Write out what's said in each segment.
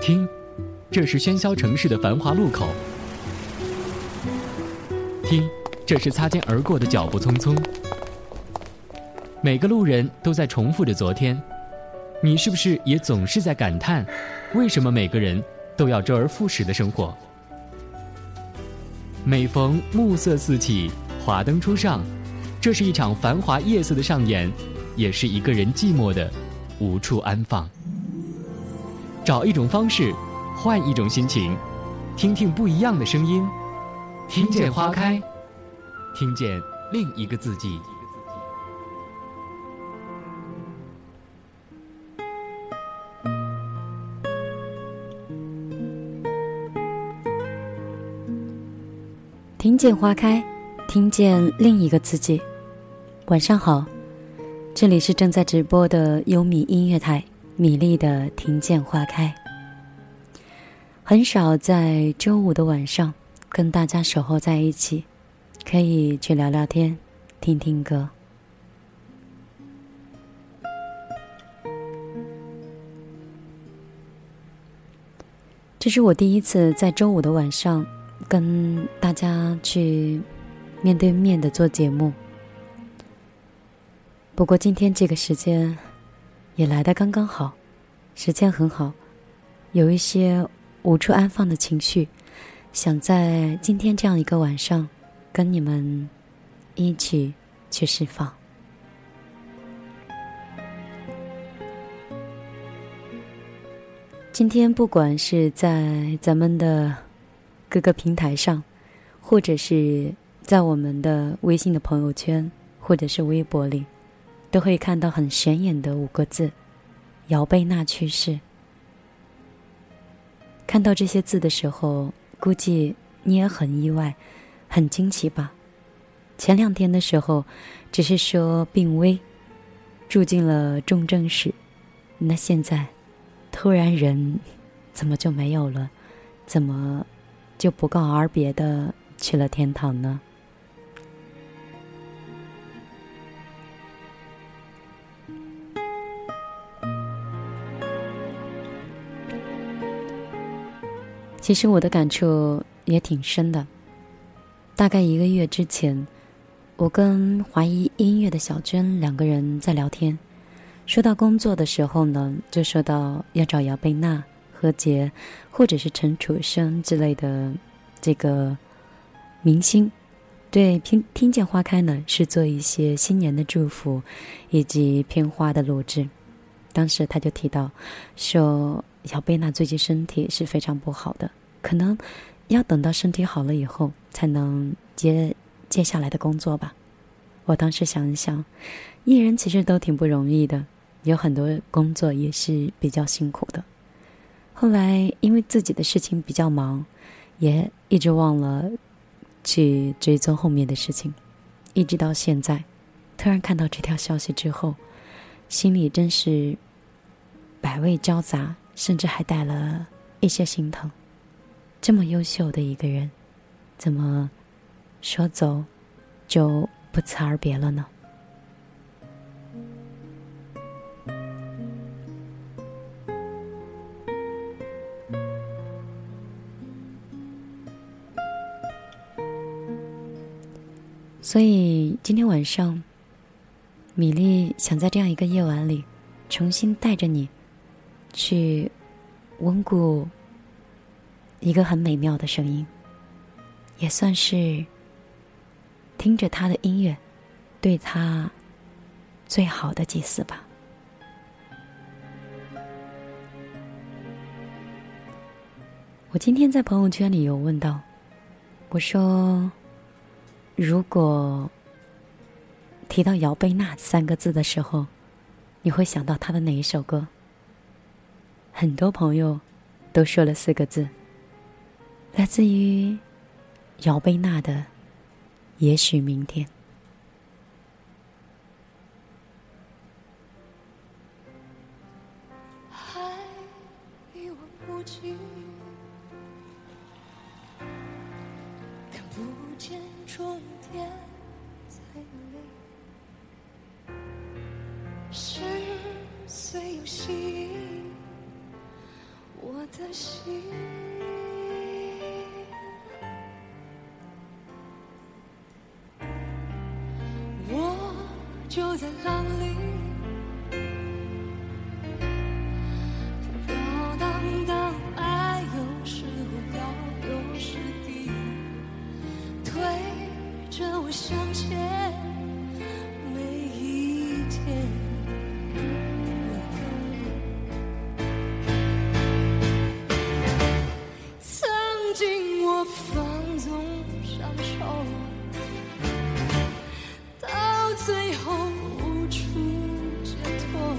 听，这是喧嚣城市的繁华路口。听，这是擦肩而过的脚步匆匆。每个路人都在重复着昨天，你是不是也总是在感叹，为什么每个人都要周而复始的生活？每逢暮色四起，华灯初上，这是一场繁华夜色的上演，也是一个人寂寞的无处安放。找一种方式，换一种心情，听听不一样的声音，听见花开，听见另一个自己。 听见花开，听见另一个自己。晚上好，这里是正在直播的优米音乐台，米粒的听见花开。很少在周五的晚上跟大家守候在一起，可以去聊聊天，听听歌。这是我第一次在周五的晚上跟大家去面对面的做节目，不过今天这个时间也来得刚刚好，时间很好，有一些无处安放的情绪，想在今天这样一个晚上跟你们一起去释放。今天不管是在咱们的各个平台上，或者是在我们的微信的朋友圈，或者是微博里，都会看到很显眼的5个字：姚贝娜去世。看到这些字的时候，估计你也很意外，很惊奇吧？前2天的时候只是说病危，住进了重症室，那现在突然人怎么就没有了？怎么就不告而别的去了天堂呢？其实我的感触也挺深的。大概1个月之前，我跟华谊音乐的小娟2个人在聊天，说到工作的时候呢，就说到要找姚贝娜、何洁或者是陈楚生之类的这个明星，对听见花开呢是做一些新年的祝福以及片花的录制。当时他就提到说，姚贝娜最近身体是非常不好的，可能要等到身体好了以后才能接下来的工作吧。我当时想一想，艺人其实都挺不容易的，有很多工作也是比较辛苦的。后来因为自己的事情比较忙，也一直忘了去追踪后面的事情，一直到现在突然看到这条消息之后，心里真是百味交杂，甚至还带了一些心疼。这么优秀的一个人，怎么说走就不辞而别了呢？所以今天晚上，米粒想在这样一个夜晚里，重新带着你去温故一个很美妙的声音，也算是听着他的音乐，对他最好的祭祀吧。我今天在朋友圈里有问到，我说如果提到姚贝娜3个字的时候，你会想到她的哪一首歌？很多朋友都说了4个字，来自于姚贝娜的《也许明天》。 还一望无际，看不见终点在哪里，深邃游戏，我的心，我就在浪里飘飘荡荡，爱有时会高有时低，推着我向前每一天。曾经我放纵享受，到最后无处解脱，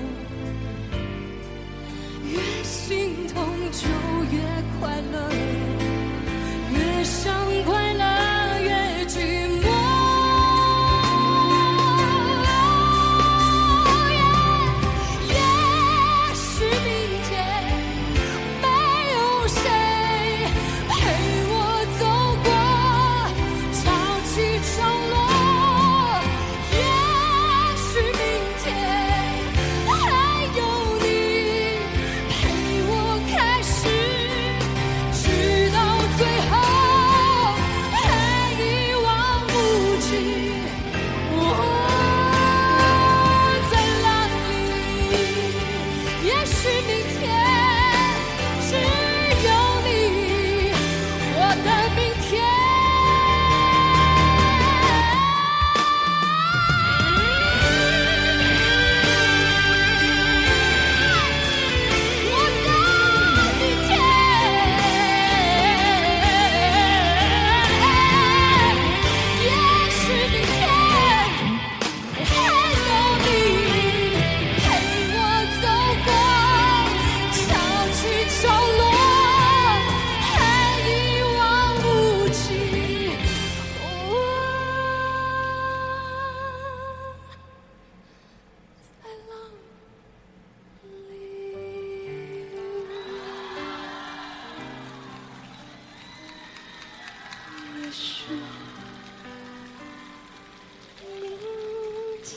越心痛就越快乐，越想快乐越寂寞。也许明天没有谁陪我走过潮起潮落，也许明天还有你陪我开始，直到最后还一望无际。我在浪里，也许明天只有你，我的明天。我的明天，也许明天还有你陪我走过潮起潮落，还一望无际。我在浪里。也许明天。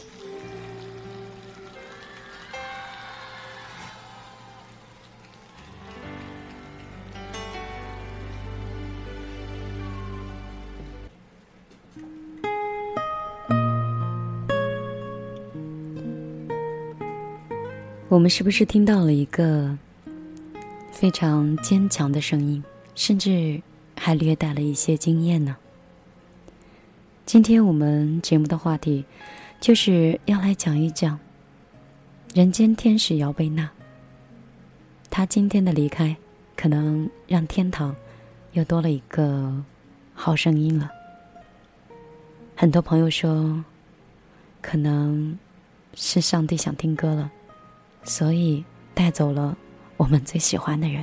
我们是不是听到了一个非常坚强的声音，甚至还略带了一些惊艳呢？今天我们节目的话题就是要来讲一讲人间天使姚贝娜。她今天的离开可能让天堂又多了一个好声音了。很多朋友说可能是上帝想听歌了，所以带走了我们最喜欢的人。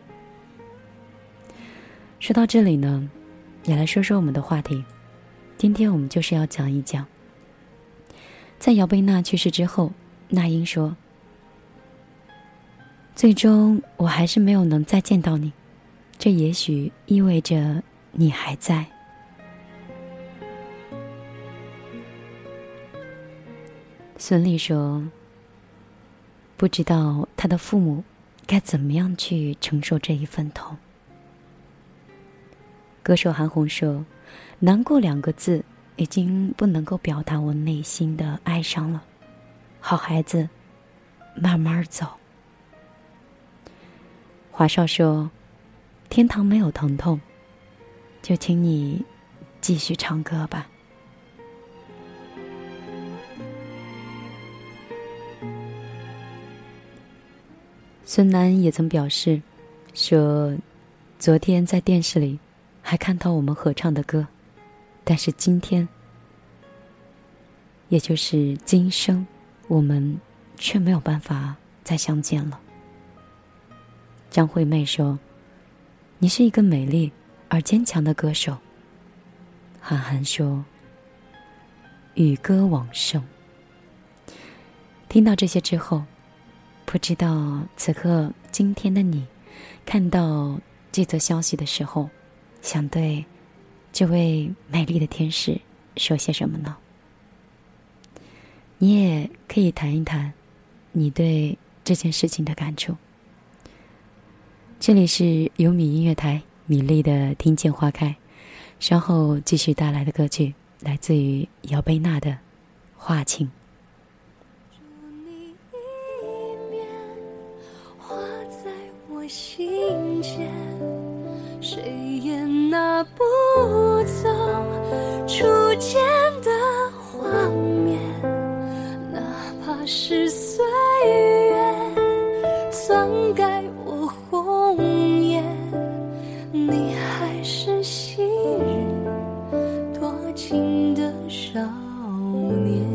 说到这里呢，也来说说我们的话题。今天我们就是要讲一讲，在姚贝娜去世之后，那英说，最终我还是没有能再见到你，这也许意味着你还在。孙俪说，不知道他的父母该怎么样去承受这一份痛。歌手韩红说，难过2个字已经不能够表达我内心的哀伤了，好孩子，慢慢走。华少说，天堂没有疼痛，就请你继续唱歌吧。孙楠也曾表示说，昨天在电视里还看到我们合唱的歌，但是今天，也就是今生，我们却没有办法再相见了。张惠妹说，你是一个美丽而坚强的歌手。韩寒说，与歌往生。听到这些之后，不知道此刻今天的你看到这则消息的时候，想对这位美丽的天使说些什么呢？你也可以谈一谈你对这件事情的感触。 这里是优米音乐台，米粒的听见花开。稍后继续带来的歌曲来自于姚贝娜的《画情》。 祝你一面画在我心间，谁也拿不走初见的画面，哪怕是岁月篡改我红颜，你还是昔日多情的少年。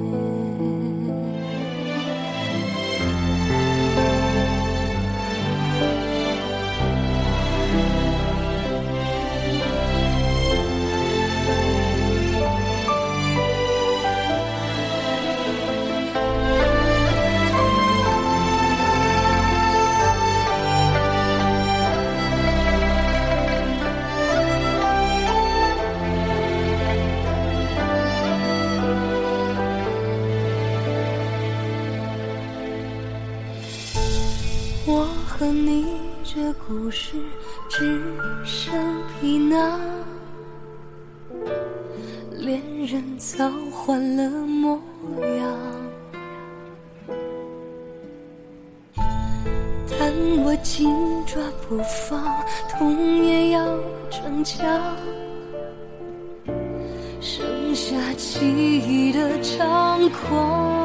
我和你这故事只剩皮囊，恋人早换了模样，但我紧抓不放，痛也要逞强，剩下记忆的猖狂。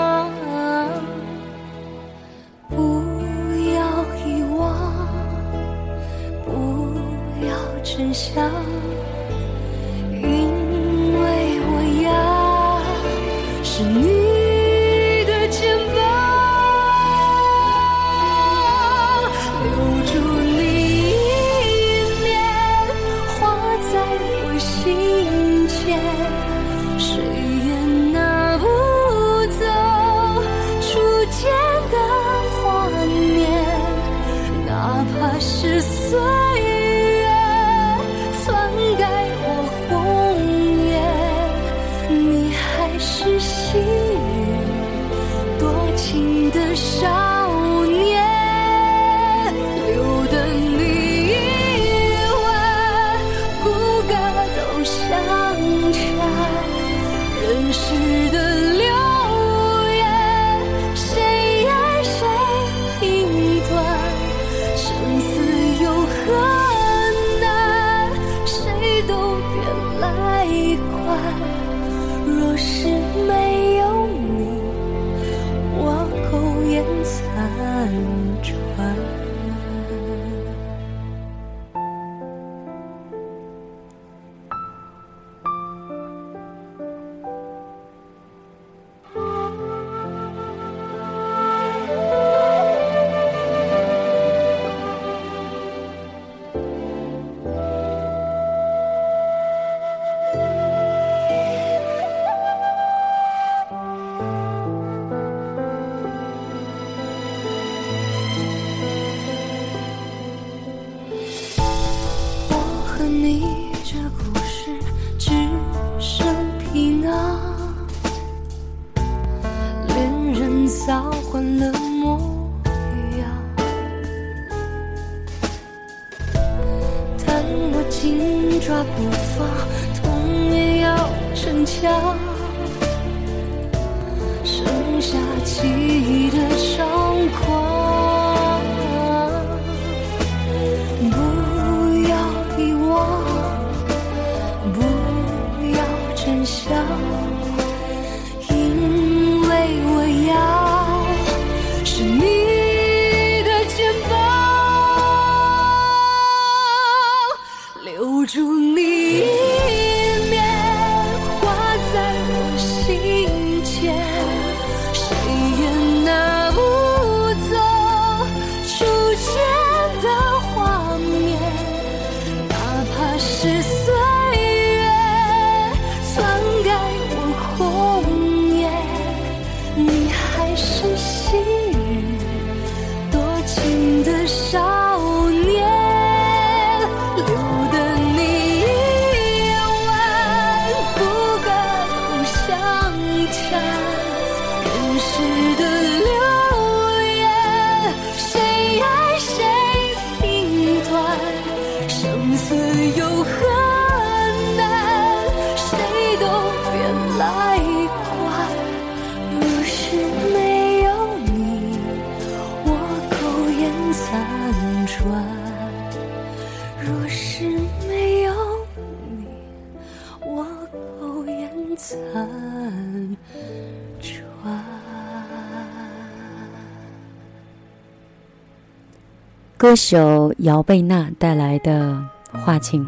真相，因为我要是你的肩膀，留住你一面，画在我心间，谁也拿不走初见的画面，哪怕是岁月是昔日多情的少年，留得你一晚骨骼都相缠，人世的流言，谁爱谁评断，生死有何难，谁都别来管。若是没有你，我苟延残喘。你这故事只剩皮囊，恋人早换了模样，但我紧抓不放，痛也要逞强，剩下记忆的猖狂。真相，因为我要是你的肩膀，留住你一面，画在我心间，谁也拿不残喘。若是没有你，我苟延残喘。 歌手姚贝娜带来的《画情》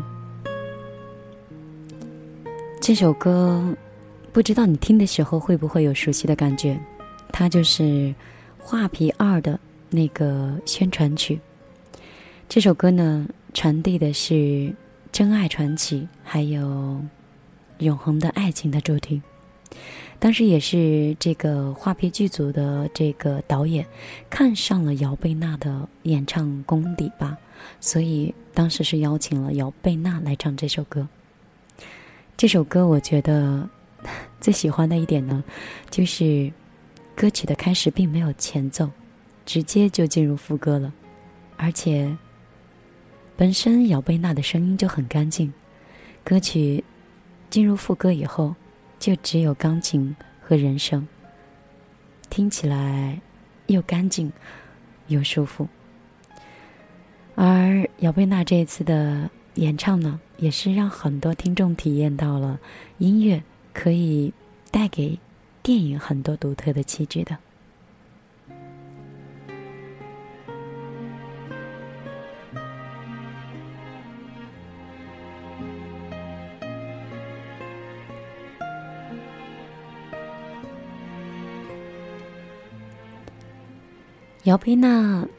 这首歌，不知道你听的时候会不会有熟悉的感觉？它就是《画皮2》的那个宣传曲。这首歌呢，传递的是真爱传奇，还有永恒的爱情的主题。当时也是这个画皮剧组的这个导演看上了姚贝娜的演唱功底吧，所以当时是邀请了姚贝娜来唱这首歌。这首歌我觉得最喜欢的一点呢，就是歌曲的开始并没有前奏，直接就进入副歌了，而且本身姚贝娜的声音就很干净，歌曲进入副歌以后就只有钢琴和人声，听起来又干净又舒服。而姚贝娜这一次的演唱呢，也是让很多听众体验到了音乐可以带给电影很多独特的气质的。姚贝娜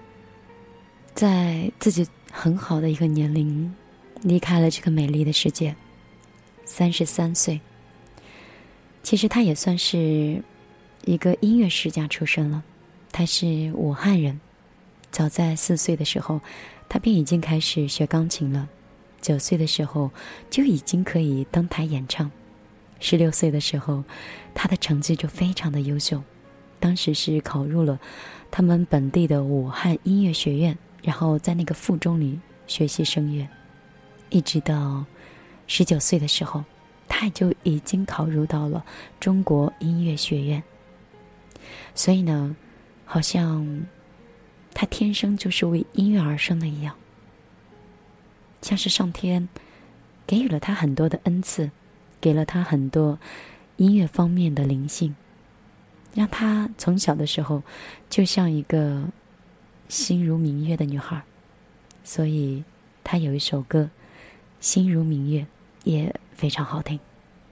在自己很好的一个年龄离开了这个美丽的世界，33岁。其实她也算是一个音乐世家出身了，她是武汉人。早在4岁的时候，她便已经开始学钢琴了，9岁的时候就已经可以登台演唱，16岁的时候她的成绩就非常的优秀，当时是考入了他们本地的武汉音乐学院，然后在那个附中里学习声乐，一直到19岁的时候，他就已经考入到了中国音乐学院。所以呢，好像他天生就是为音乐而生的一样，像是上天给予了他很多的恩赐，给了他很多音乐方面的灵性，让她从小的时候就像一个心如明月的女孩，所以她有一首歌《心如明月》也非常好听。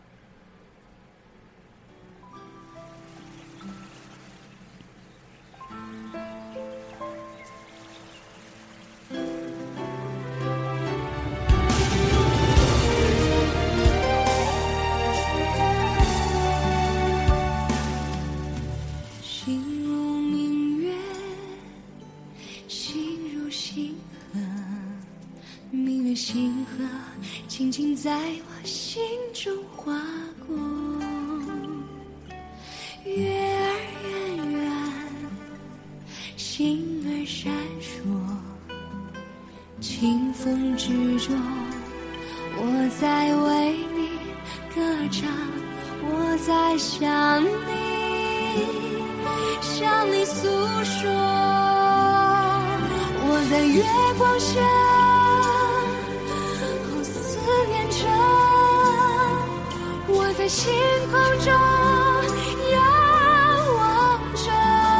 星河轻轻在我心中划过，月儿圆圆，星儿闪烁，清风之中，我在为你歌唱，我在向你诉说，我在月光下我在星空中仰望着，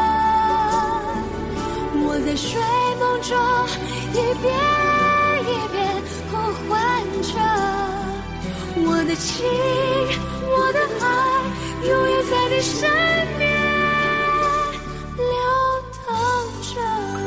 我在睡梦中一遍一遍呼唤着，我的情，我的爱，永远在你身边流淌着。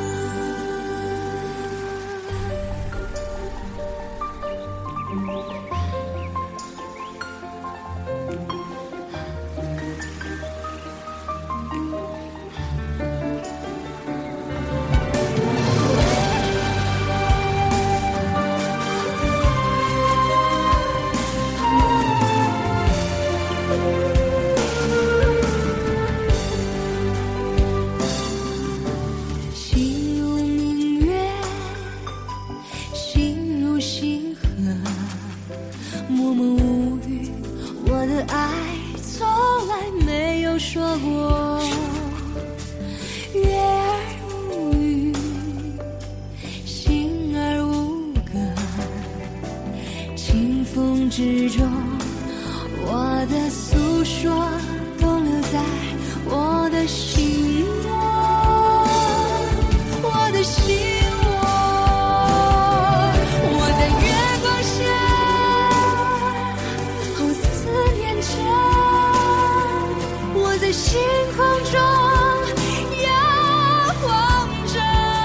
之中，我的诉说都留在我的心窝，我的心窝。我在月光下，哦，思念着，我在星空中遥望着，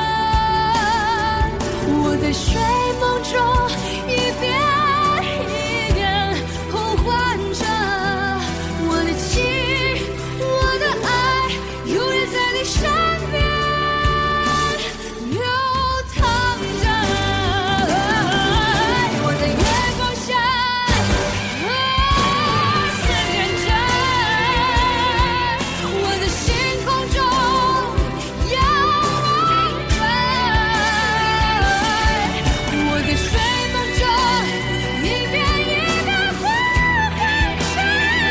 我在睡梦中一遍一遍呼唤着，我的情，我的爱，永远在你身边流淌着。我在月光下，思念着，我在星空中遥望着，我在睡梦中一遍一遍呼唤着，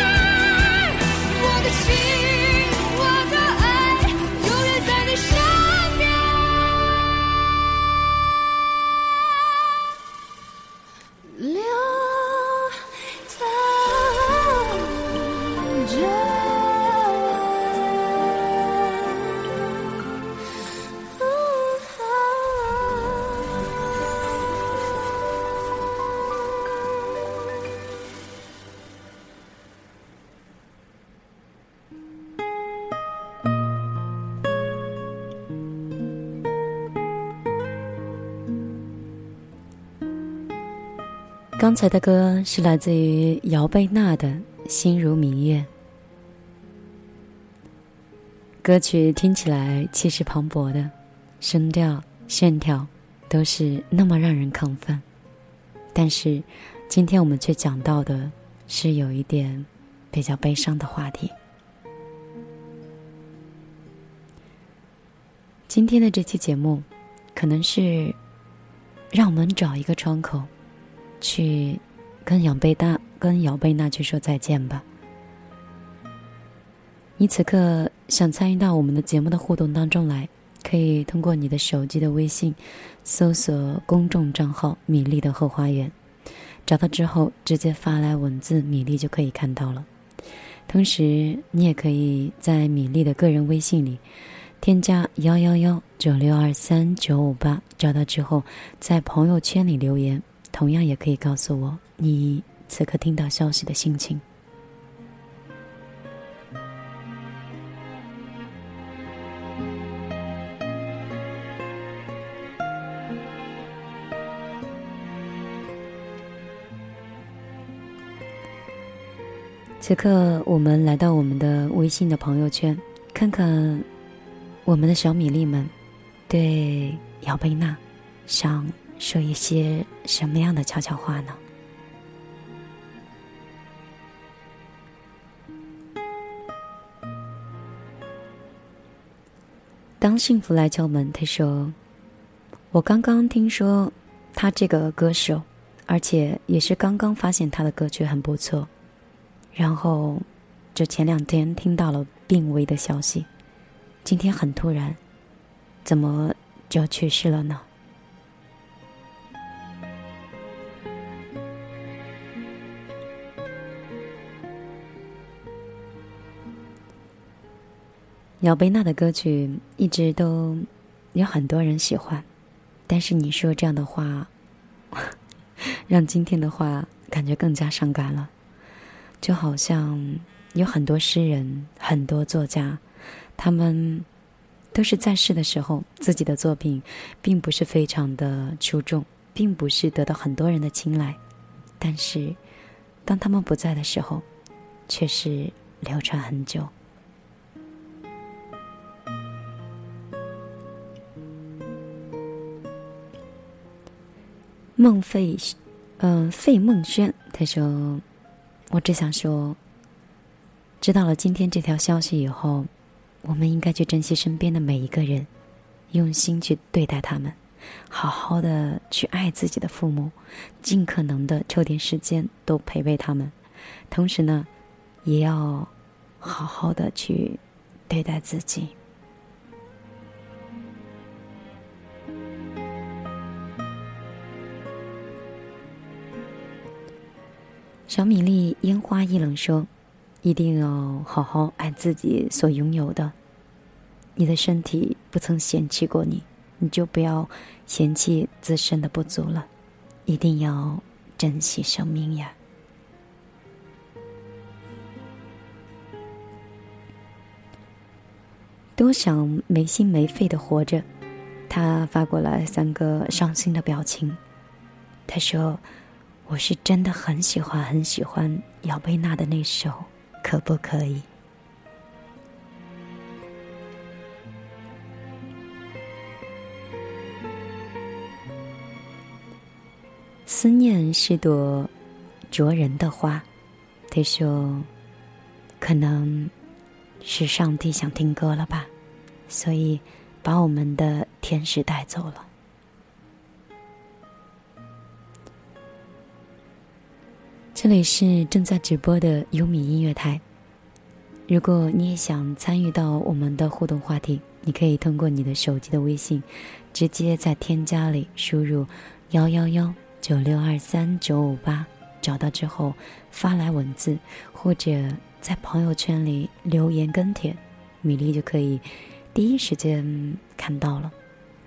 我的情，我的爱，永远在你身边流淌着。 刚才的歌是来自于姚贝娜的《心如明月》，歌曲听起来气势磅礴的，声调、线条都是那么让人亢奋。但是今天我们却讲到的是有一点比较悲伤的话题。今天的这期节目可能是让我们找一个窗口去跟姚贝娜去说再见吧。你此刻想参与到我们的节目的互动当中来，可以通过你的手机的微信搜索公众账号米粒的后花园，找到之后直接发来文字米粒就可以看到了。同时你也可以在米粒的个人微信里添加11196239588，找到之后在朋友圈里留言，同样也可以告诉我你此刻听到消息的心情。此刻我们来到我们的微信的朋友圈，看看我们的小米粒们对姚贝娜想说一些什么样的悄悄话呢？当幸福来敲门，他说，我刚刚听说他这个歌手，而且也是刚刚发现他的歌曲很不错，然后就前2天听到了病危的消息，今天很突然，怎么就去世了呢？姚贝娜的歌曲一直都有很多人喜欢，但是你说这样的话让今天的话感觉更加伤感了。就好像有很多诗人，很多作家，他们都是在世的时候自己的作品并不是非常的出众，并不是得到很多人的青睐，但是当他们不在的时候却是流传很久。费梦轩他说，我只想说，知道了今天这条消息以后，我们应该去珍惜身边的每一个人，用心去对待他们，好好的去爱自己的父母，尽可能的抽点时间都陪陪他们，同时呢也要好好的去对待自己。 小米粒烟花易冷说，一定要好好爱自己所拥有的。你的身体不曾嫌弃过你，你就不要嫌弃自身的不足了，一定要珍惜生命呀。多想没心没肺的活着，他发过来3个伤心的表情。他说，我是真的很喜欢姚贝娜的那首可不可以。思念是朵灼人的花，他说，可能是上帝想听歌了吧，所以把我们的天使带走了。这里是正在直播的优米音乐台，如果你也想参与到我们的互动话题，你可以通过你的手机的微信，直接在添加里输入11196239558，找到之后发来文字，或者在朋友圈里留言跟帖，米粒就可以第一时间看到了。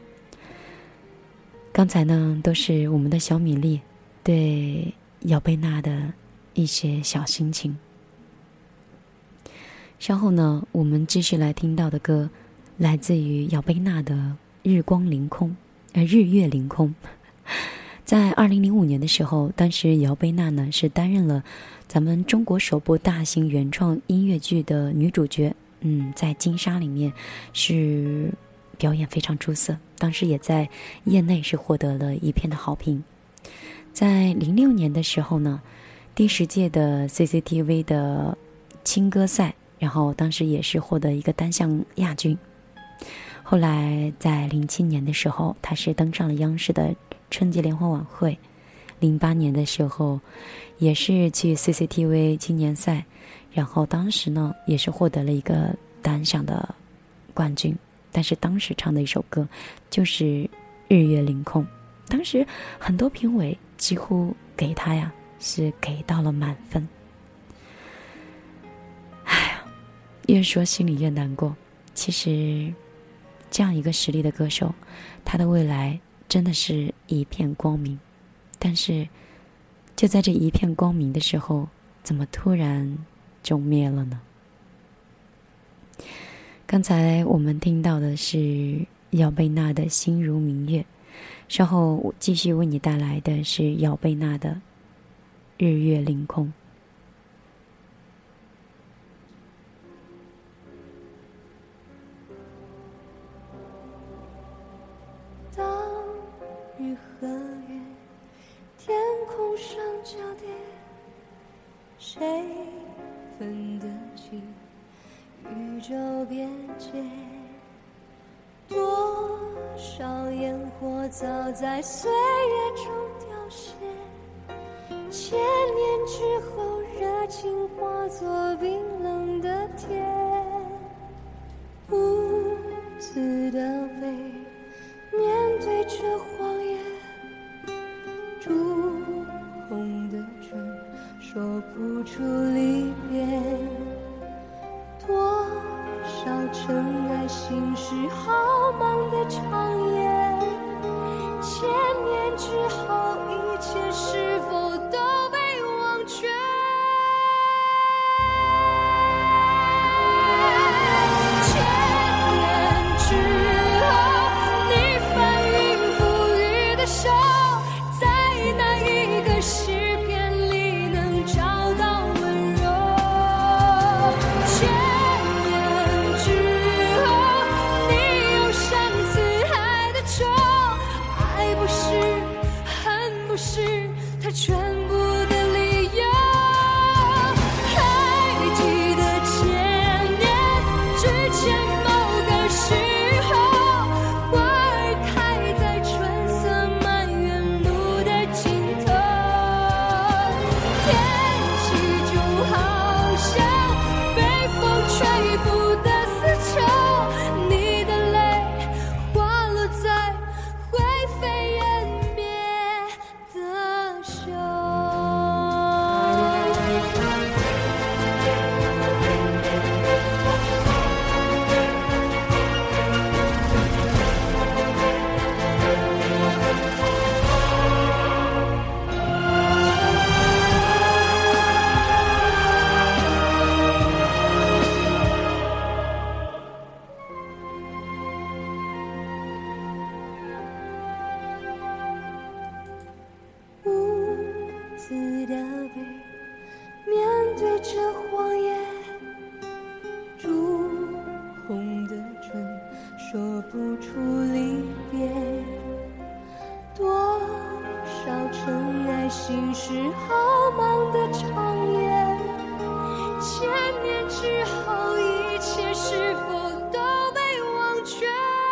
刚才呢，都是我们的小米粒对姚贝娜的一些小心情。稍后呢，我们继续来听到的歌，来自于姚贝娜的《日月凌空》。在2005年的时候，当时姚贝娜呢是担任了咱们中国首部大型原创音乐剧的女主角，在金沙里面是表演非常出色，当时也在业内是获得了一片的好评。在06年的时候呢，第10届的 CCTV 的青歌赛，然后当时也是获得一个单项亚军。后来在07年的时候，她是登上了央视的春节联欢晚会。08年的时候也是去 CCTV 青年赛，然后当时呢也是获得了一个单项的冠军，但是当时唱的一首歌就是《日月凌空》，当时很多评委几乎给他呀是给到了满分。哎呀，越说心里越难过。其实这样一个实力的歌手，他的未来真的是一片光明，但是就在这一片光明的时候，怎么突然就灭了呢？刚才我们听到的是姚贝娜的《心如明月》，稍后我继续为你带来的是姚贝娜的《日月凌空》。 当日和月天空上交叠，谁分得清宇宙边界？多少烟火早在岁月中凋谢，千年之后热情化作冰冷的铁，无字的泪面对着荒野，朱红的唇说不出离别，多少尘埃心事浩茫的长夜，千年之后一切是否都被忘却？全部的理由，还记得千年之前某个时候，花儿开在春色满园路的尽头，天气就好像被风吹拂的丝绸，你的泪滑落在灰飞烟灭的手。 子的背，面对着谎言，朱红的唇，说不出离别。多少尘埃心事好忙的长夜，千年之后一切是否都被忘却？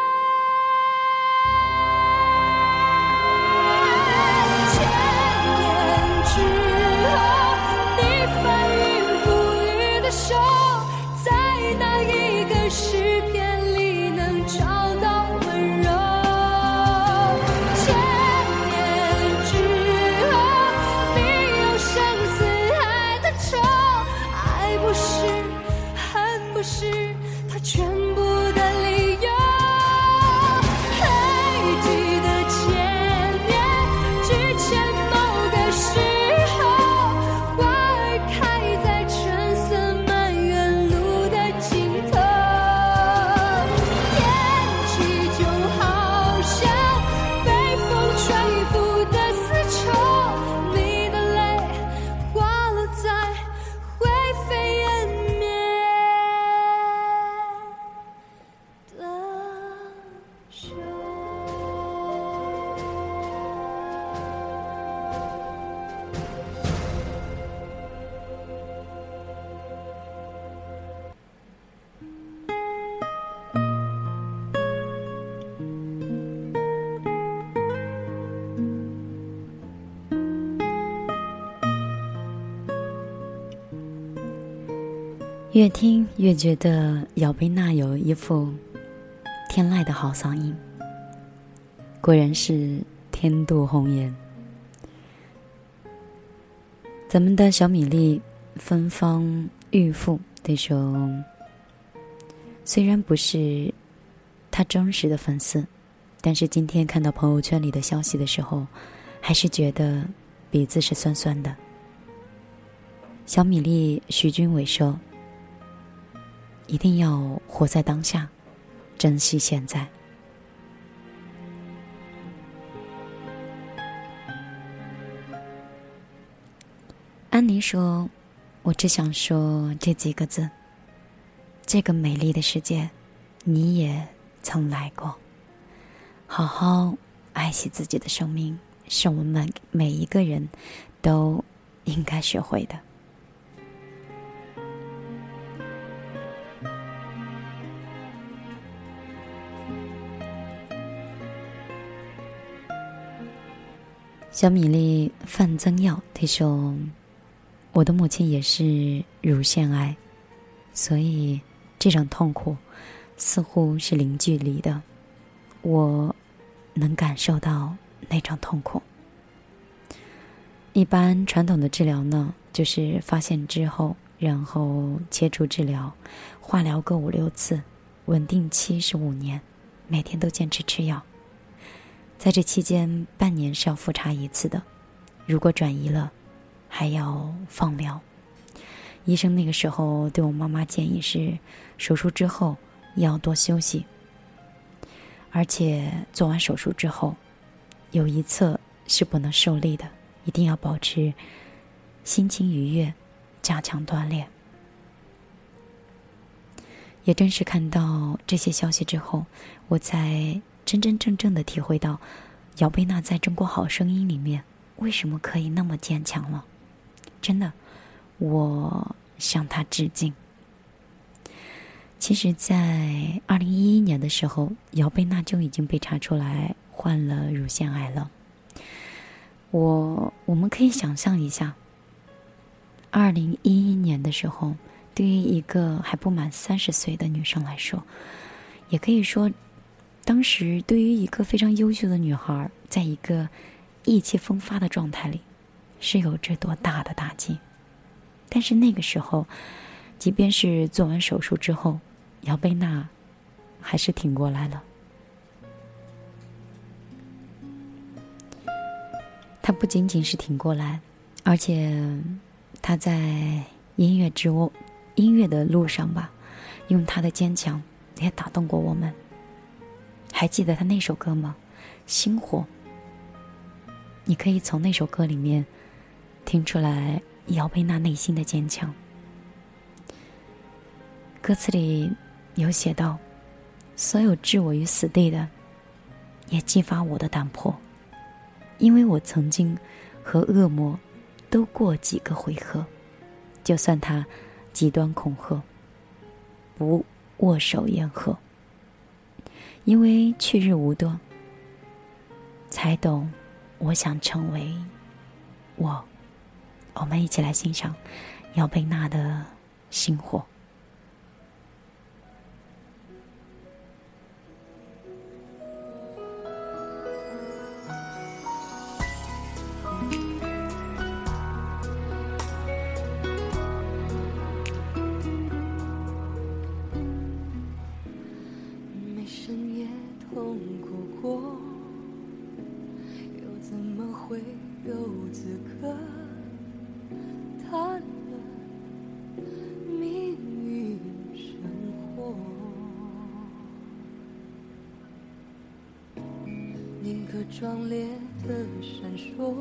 越听越觉得姚贝娜有一副天籁的好嗓音，果然是天妒红颜。咱们的小米粒芬芳玉肤这首，虽然不是他真实的粉丝，但是今天看到朋友圈里的消息的时候，还是觉得鼻子是酸酸的。小米粒徐君伟说，一定要活在当下，珍惜现在。安妮说，我只想说这几个字，这个美丽的世界你也曾来过，好好爱惜自己的生命，是我们每一个人都应该学会的。小米粒范增耀他说，我的母亲也是乳腺癌，所以这种痛苦似乎是零距离的，我能感受到那种痛苦。一般传统的治疗呢，就是发现之后，然后切除治疗，化疗个5-6次，稳定期是5年，每天都坚持吃药。在这期间半年是要复查1次的，如果转移了还要放疗。医生那个时候对我妈妈建议是，手术之后要多休息，而且做完手术之后有一侧是不能受力的，一定要保持心情愉悦，加强锻炼。也正是看到这些消息之后，我才真真正正的体会到姚贝娜在中国好声音里面为什么可以那么坚强了。真的，我向她致敬。其实在2011年的时候，姚贝娜就已经被查出来患了乳腺癌了。我们可以想象一下，2011年的时候，对于一个还不满30岁的女生来说，也可以说当时对于一个非常优秀的女孩，在一个意气风发的状态里，是有着多大的打击。但是那个时候，即便是做完手术之后，姚贝娜还是挺过来了。她不仅仅是挺过来，而且她在音乐的路上吧，用她的坚强也打动过我们。还记得她那首歌吗？星火。你可以从那首歌里面听出来姚贝娜内心的坚强。歌词里有写道，所有置我于死地的也激发我的胆魄，因为我曾经和恶魔都过几个回合，就算他极端恐吓，不握手言和，因为去日无多，才懂我想成为我。我们一起来欣赏姚贝娜的星火。 没深夜痛苦过，又怎么会有资格谈论命运生活？宁可壮烈的闪烁，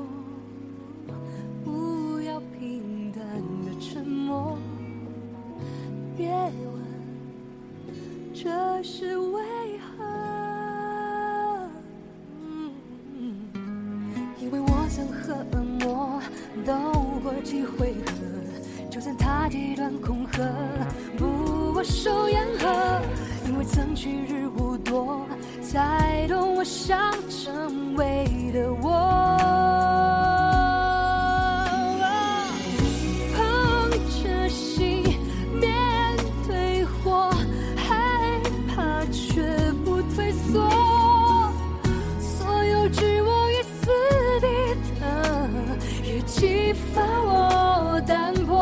不要平淡的沉默。别问这是为何，因为我曾和恶魔斗过几回合，就算他极端恐吓，不握手言和，因为曾去日无多，才懂我想成为的我。捧着心面对火，害怕却不退缩，所有置我于死地的也激发我胆魄。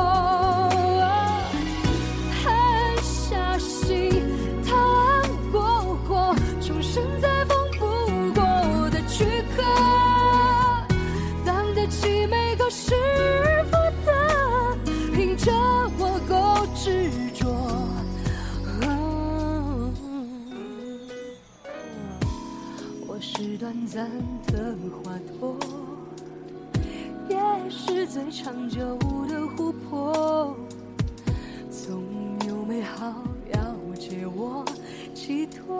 狠下心逃亡过火，重生在风不过的躯壳，当得起每个师傅的，凭着我够执着。我是短暂的华佗，也是最长久的琥珀，总有美好要借我寄托。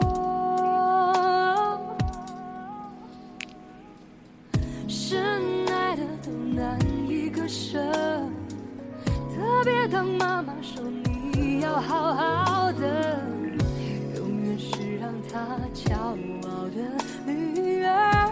深爱的都难以割舍，特别当妈妈说你要好好的，永远是让她骄傲的女儿。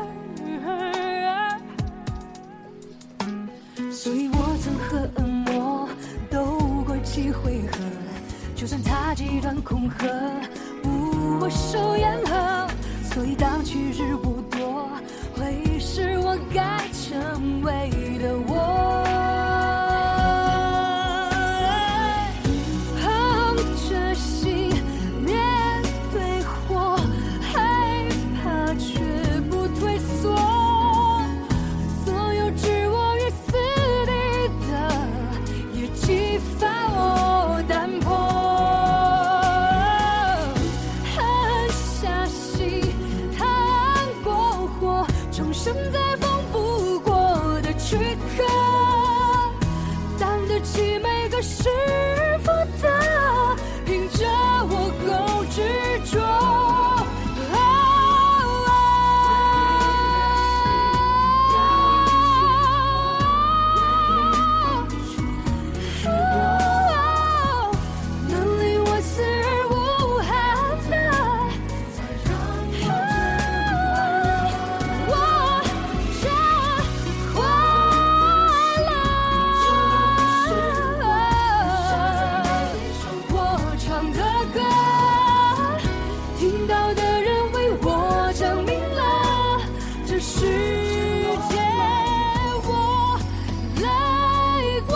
所以我曾和恶魔斗过几回合，就算他极端恐吓，不握手言和，所以当去日无多，会是我该成为的我。捧着心面对火，害怕却不退缩，所有置我于死地的也激发我胆魄。狠下心趟过火，重生在风不过的躯壳，当得起每个师傅的，凭着我够执着。能令我死而无憾的，我这快乐。我唱的歌，听到的人为我证明了，这世界我来过。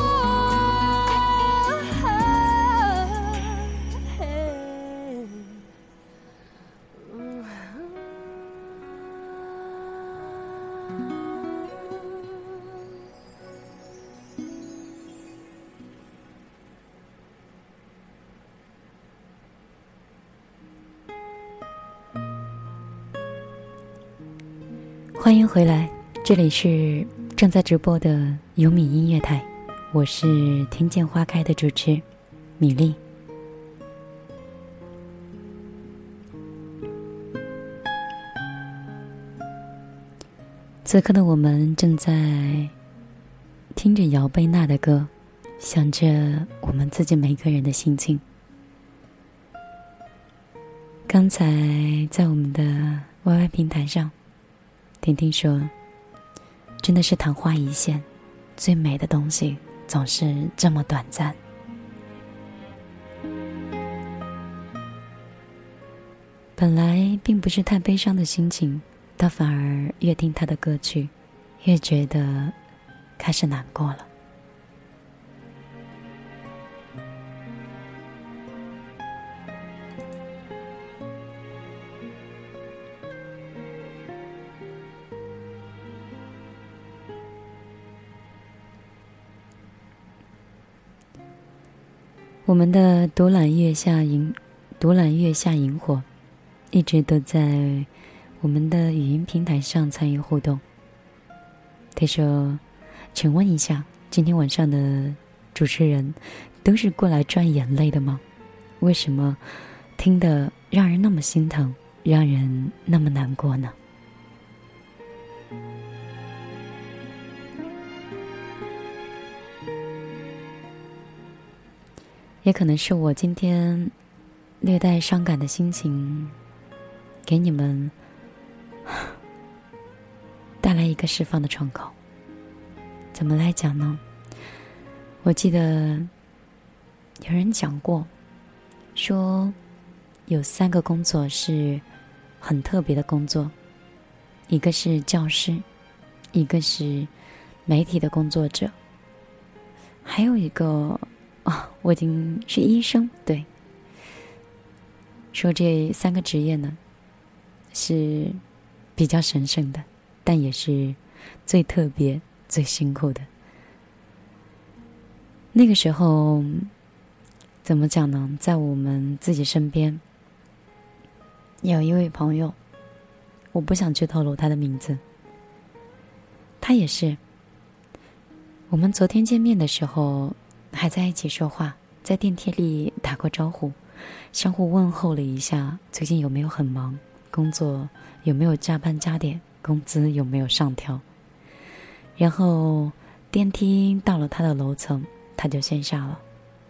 欢迎回来，这里是正在直播的优米音乐台，我是听见花开的主持米粒。此刻的我们正在听着姚贝娜的歌，想着我们自己每个人的心情。刚才在我们的 YY 平台上，婷婷说，真的是昙花一现，最美的东西总是这么短暂。本来并不是太悲伤的心情，倒反而越听他的歌曲，越觉得开始难过了。我们的独揽月下萤火一直都在我们的语音平台上参与互动。他说，请问一下，今天晚上的主持人都是过来赚眼泪的吗？为什么听得让人那么心疼，让人那么难过呢？也可能是我今天略带伤感的心情，给你们带来一个释放的窗口。怎么来讲呢？我记得有人讲过，说有3个工作是很特别的工作，一个是教师，一个是媒体的工作者，还有一个我已经是医生。对，说这3个职业呢是比较神圣的，但也是最特别最辛苦的。那个时候怎么讲呢，在我们自己身边有一位朋友，我不想去透露他的名字，他也是我们昨天见面的时候还在一起说话，在电梯里打过招呼，相互问候了一下，最近有没有很忙，工作有没有加班加点，工资有没有上调。然后电梯到了他的楼层，他就先下了，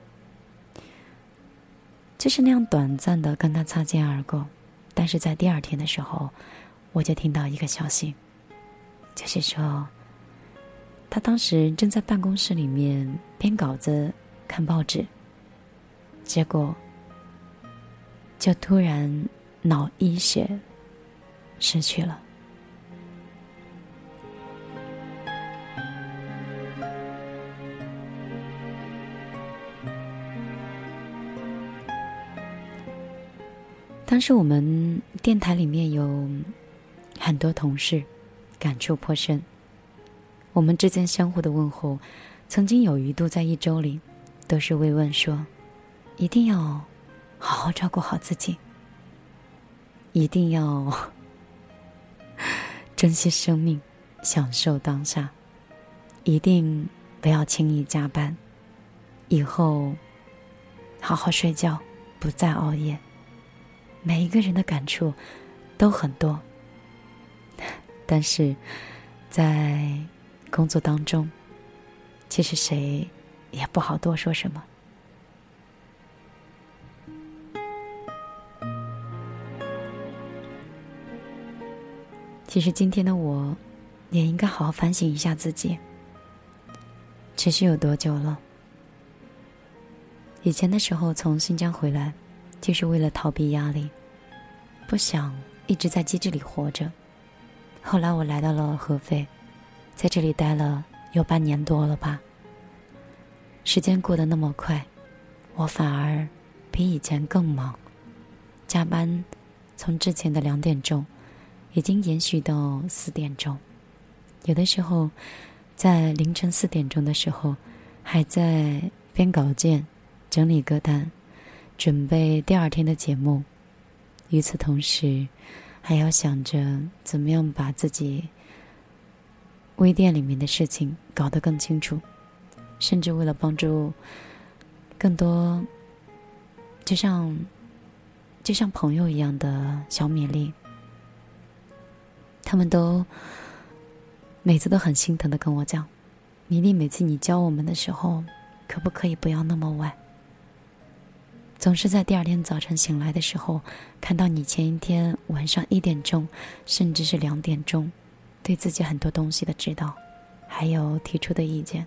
就是那样短暂的跟他擦肩而过。但是在第2天的时候，我就听到一个消息，就是说他当时正在办公室里面编稿子看报纸，结果就突然脑溢血失去了。当时我们电台里面有很多同事，感触颇深。我们之间相互的问候，曾经有一度在1周里都是慰问说，一定要好好照顾好自己，一定要珍惜生命，享受当下，一定不要轻易加班，以后好好睡觉，不再熬夜。每一个人的感触都很多，但是在工作当中，其实谁也不好多说什么。其实今天的我也应该好好反省一下自己，持续有多久了？以前的时候从新疆回来，就是为了逃避压力，不想一直在机制里活着。后来我来到了合肥，在这里待了有半年多了吧。时间过得那么快，我反而比以前更忙，加班从之前的2点钟已经延续到4点钟，有的时候在凌晨4点钟的时候还在编稿件，整理歌单，准备第2天的节目。与此同时还要想着怎么样把自己微店里面的事情搞得更清楚，甚至为了帮助更多就像朋友一样的小米粒，他们都每次都很心疼的跟我讲，米粒，每次你教我们的时候可不可以不要那么晚，总是在第二天早晨醒来的时候看到你前一天晚上1点钟甚至是2点钟对自己很多东西的指导还有提出的意见。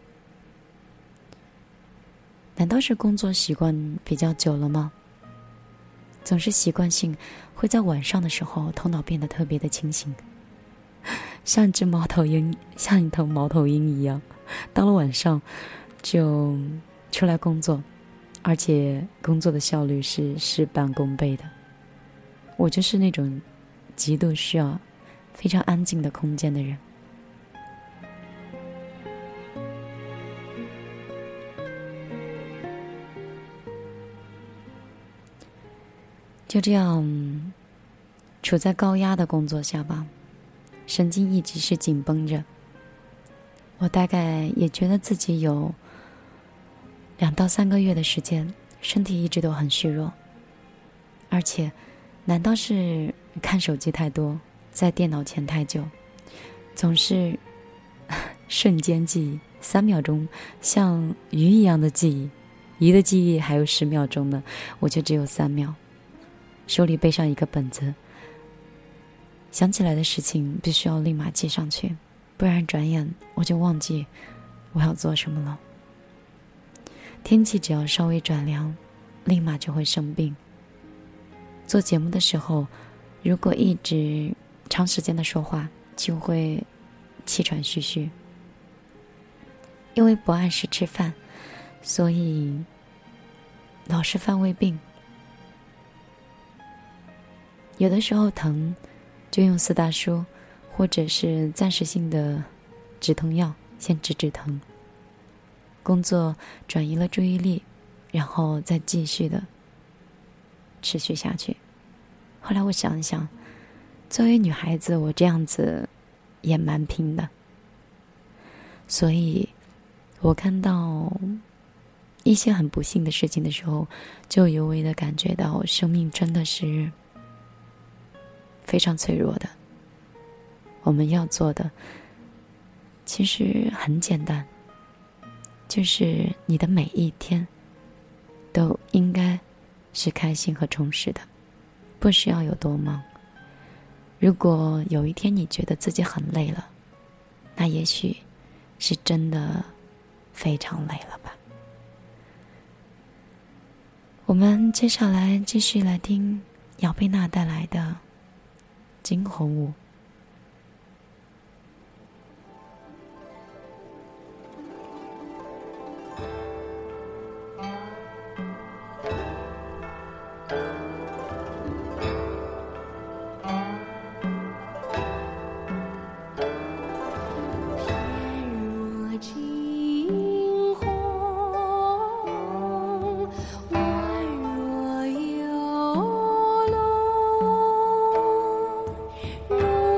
难道是工作习惯比较久了吗？总是习惯性会在晚上的时候头脑变得特别的清醒，像一头猫头鹰一样，到了晚上就出来工作，而且工作的效率是事半功倍的。我就是那种极度需要非常安静的空间的人。就这样处在高压的工作下吧，神经一直是紧绷着。我大概也觉得自己有2到3个月的时间身体一直都很虚弱，而且难道是看手机太多，在电脑前太久，总是瞬间记忆，3秒钟像鱼一样的记忆，鱼的记忆还有10秒钟呢，我就只有3秒。手里背上一个本子，想起来的事情必须要立马记上去，不然转眼我就忘记我要做什么了。天气只要稍微转凉，立马就会生病。做节目的时候，如果一直长时间的说话，就会气喘吁吁。因为不按时吃饭，所以老是犯胃病。有的时候疼，就用4大叔或者是暂时性的止痛药先止疼。工作转移了注意力，然后再继续的持续下去。后来我想一想，作为女孩子，我这样子也蛮拼的。所以我看到一些很不幸的事情的时候，就尤为的感觉到生命真的是非常脆弱的。我们要做的其实很简单，就是你的每一天都应该是开心和充实的，不需要有多忙。如果有一天你觉得自己很累了，那也许是真的非常累了吧。我们接下来继续来听姚贝娜带来的惊鸿舞。 如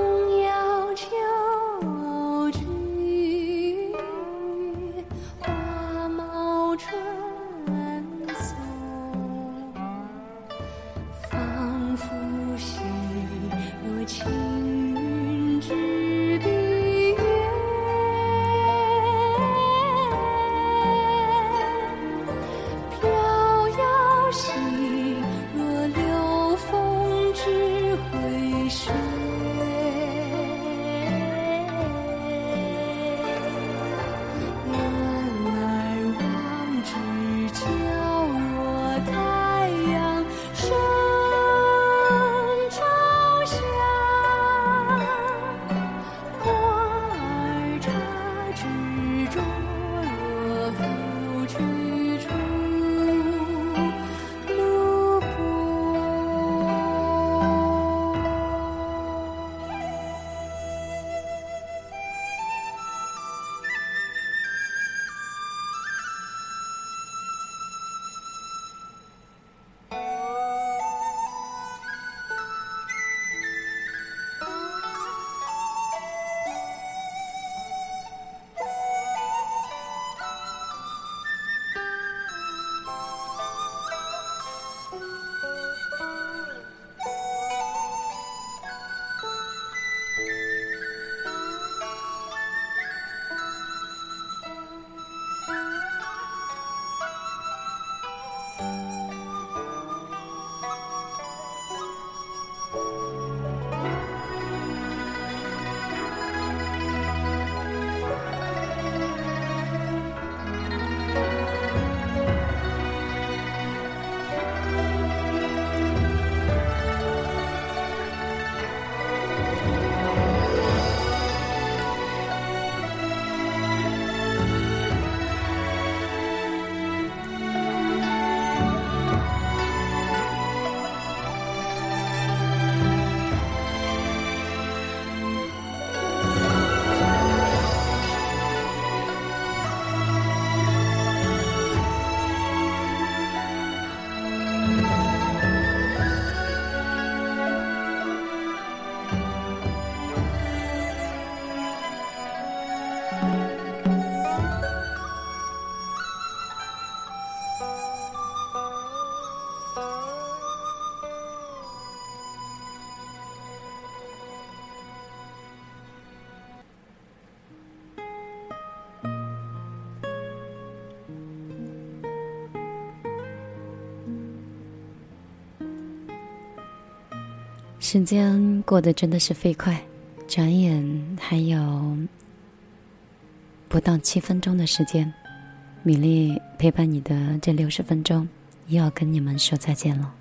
时间过得真的是飞快，转眼还有不到7分钟的时间，米粒陪伴你的这60分钟又要跟你们说再见了。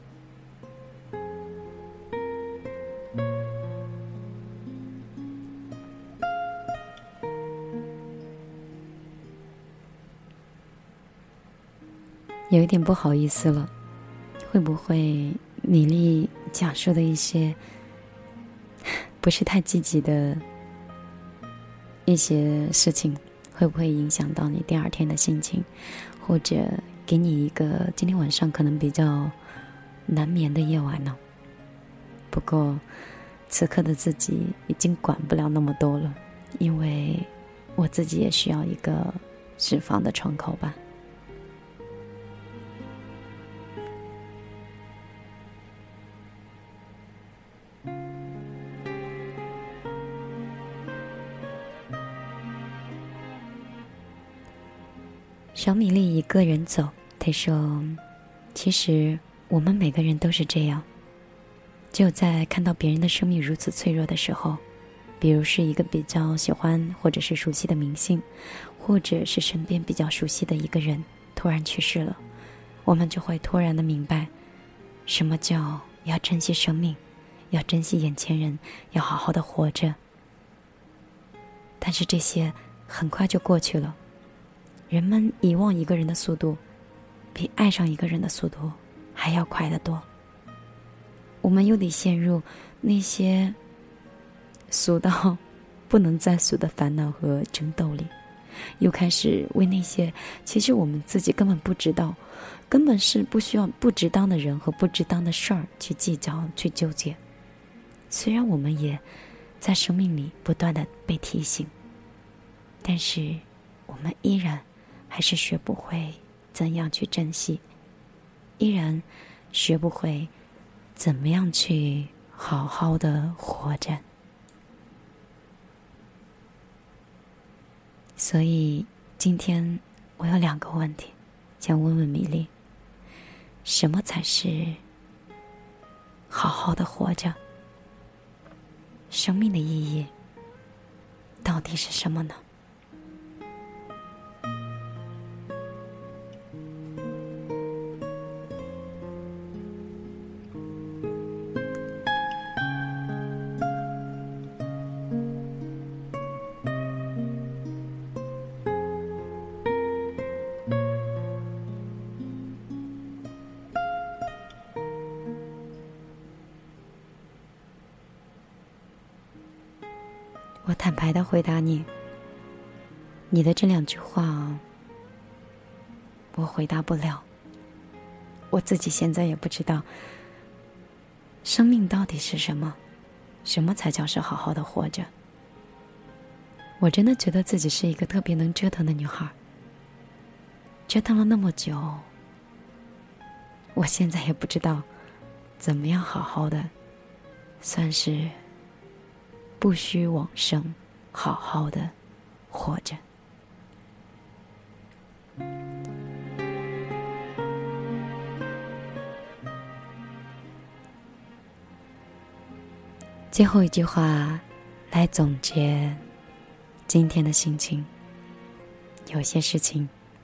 有一点不好意思了，会不会米粒讲述的一些不是太积极的一些事情，会不会影响到你第2天的心情，或者给你一个今天晚上可能比较难眠的夜晚呢？不过此刻的自己已经管不了那么多了，因为我自己也需要一个释放的窗口吧。小米粒一个人走，他说其实我们每个人都是这样，只有在看到别人的生命如此脆弱的时候，比如是一个比较喜欢或者是熟悉的明星，或者是身边比较熟悉的一个人突然去世了，我们就会突然的明白什么叫要珍惜生命，要珍惜眼前人，要好好的活着。但是这些很快就过去了，人们遗忘一个人的速度比爱上一个人的速度还要快得多。我们又得陷入那些俗到不能再俗的烦恼和争斗里，又开始为那些其实我们自己根本不知道，根本是不需要不值当的人和不值当的事儿去计较去纠结。虽然我们也在生命里不断的被提醒，但是我们依然还是学不会怎样去珍惜，依然学不会怎么样去好好的活着。所以今天我有2个问题想问问米粒，什么才是好好的活着？生命的意义到底是什么呢？我坦白地回答你，你的这2句话我回答不了。我自己现在也不知道生命到底是什么，什么才叫是好好的活着。我真的觉得自己是一个特别能折腾的女孩，折腾了那么久，我现在也不知道怎么样好好的算是不虚往生，好好的活着。最后一句话来总结今天的心情。有些事情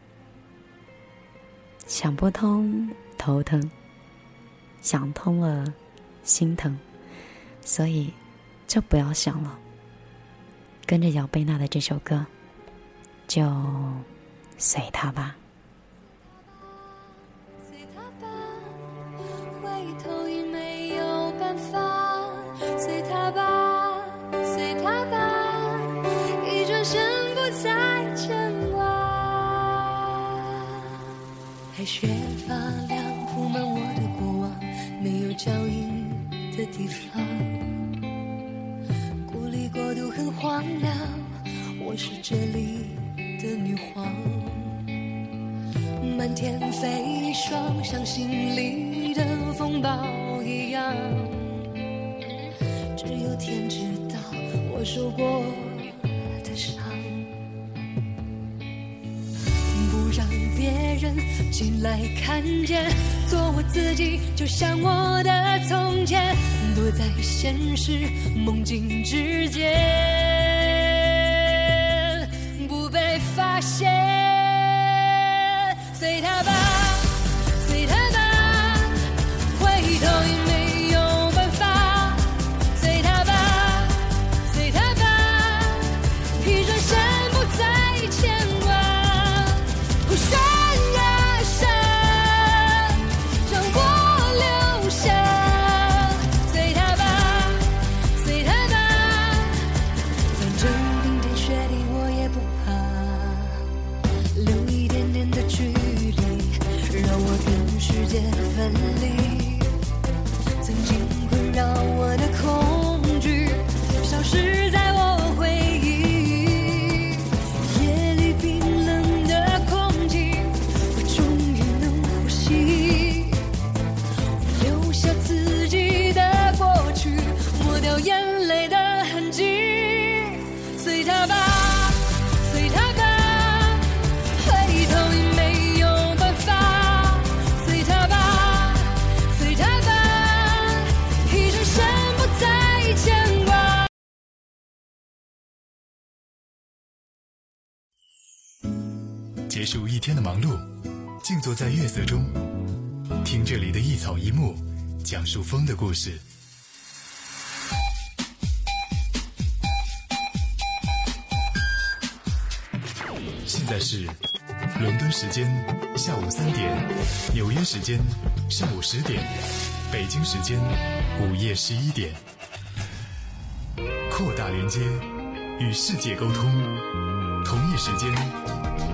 想不通头疼，想通了心疼，所以就不要想了，跟着姚贝娜的这首歌，就随他吧。 随他吧，回头已没有办法。随他吧，随他吧，一转身不再牵挂。海雪发亮，铺满我的过往，没有脚印的地方。国度很荒凉，我是这里的女皇，满天飞霜，像心里的风暴一样，只有天知道我受过的伤，不让别人进来看见，做我自己，就像我的从前， 躲在现实梦境之间，不被发现。随他吧，随他吧，回头也没有办法。随他吧，随他吧，一转身不再牵挂。悬崖上让我留下，随他吧，随他吧，反正冰天雪地我也不怕，留一点点的距离，让我跟世界分离。曾经困扰我的恐惧，消失在我回忆。夜里冰冷的空气，我终于能呼吸。留下自己的过去，抹掉眼泪的痕迹。随他吧，随他吧，回头也没有办法。随他吧，随他吧，一转身不再牵挂。 结束一天的忙碌，静坐在月色中，听这里的一草一木讲述风的故事。现在是伦敦时间下午3点，纽约时间上午10点，北京时间午夜11点。扩大连接，与世界沟通，同一时间